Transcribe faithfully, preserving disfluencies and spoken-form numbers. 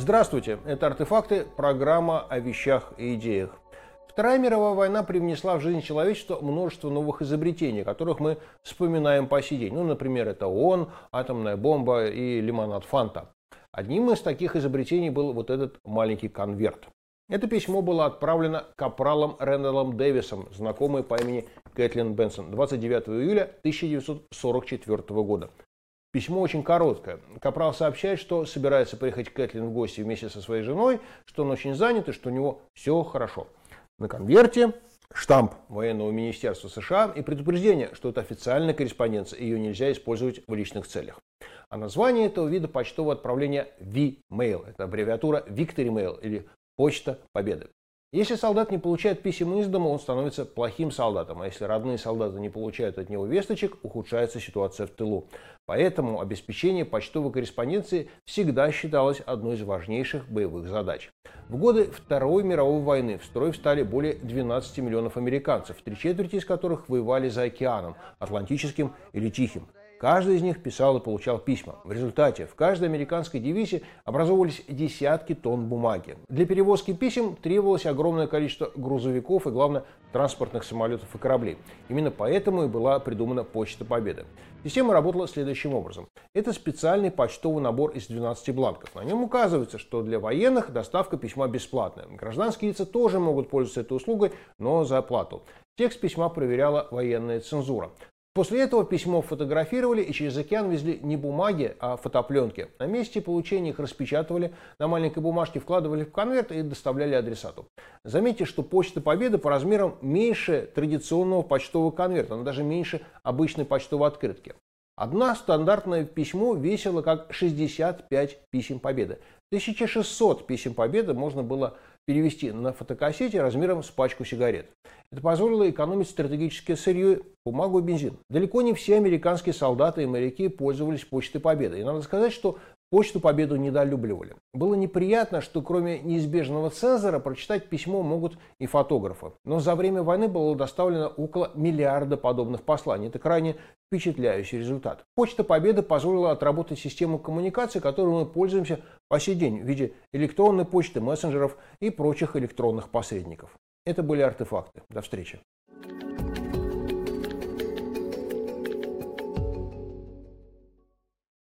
Здравствуйте, это «Артефакты», программа о вещах и идеях. Вторая мировая война привнесла в жизнь человечества множество новых изобретений, о которых мы вспоминаем по сей день. Ну, например, это ООН, атомная бомба и лимонад Фанта. Одним из таких изобретений был вот этот маленький конверт. Это письмо было отправлено капралом Рэндаллом Дэвисом, знакомой по имени Кэтлин Бенсон, двадцать девятого июля тысяча девятьсот сорок четвёртого года. Письмо очень короткое. Капрал сообщает, что собирается приехать к Кэтлин в гости вместе со своей женой, что он очень занят и что у него все хорошо. На конверте штамп военного министерства США и предупреждение, что это официальная корреспонденция, ее нельзя использовать в личных целях. А название этого вида почтового отправления V-Mail. Это аббревиатура Victory Mail или Почта Победы. Если солдат не получает писем из дома, он становится плохим солдатом, а если родные солдаты не получают от него весточек, ухудшается ситуация в тылу. Поэтому обеспечение почтовой корреспонденции всегда считалось одной из важнейших боевых задач. В годы Второй мировой войны в строй встали более двенадцати миллионов американцев, три четверти из которых воевали за океаном, Атлантическим или Тихим. Каждый из них писал и получал письма. В результате в каждой американской дивизии образовывались десятки тонн бумаги. Для перевозки писем требовалось огромное количество грузовиков и, главное, транспортных самолетов и кораблей. Именно поэтому и была придумана Почта Победы. Система работала следующим образом. Это специальный почтовый набор из двенадцати бланков. На нем указывается, что для военных доставка письма бесплатная. Гражданские лица тоже могут пользоваться этой услугой, но за оплату. Текст письма проверяла военная цензура. После этого письмо фотографировали и через океан везли не бумаги, а фотопленки. На месте получения их распечатывали, на маленькой бумажке вкладывали в конверт и доставляли адресату. Заметьте, что Почта Победы по размерам меньше традиционного почтового конверта, она даже меньше обычной почтовой открытки. Одно стандартное письмо весило как шестьдесят пять писем Победы. тысяча шестьсот писем Победы можно было перевести на фотокассете размером с пачку сигарет. Это позволило экономить стратегическое сырье, бумагу и бензин. Далеко не все американские солдаты и моряки пользовались Почтой Победы. И надо сказать, что Почту Победу недолюбливали. Было неприятно, что кроме неизбежного цензора прочитать письмо могут и фотографы. Но за время войны было доставлено около миллиарда подобных посланий. Это крайне впечатляющий результат. Почта Победы позволила отработать систему коммуникации, которой мы пользуемся по сей день в виде электронной почты, мессенджеров и прочих электронных посредников. Это были «Артефакты». До встречи.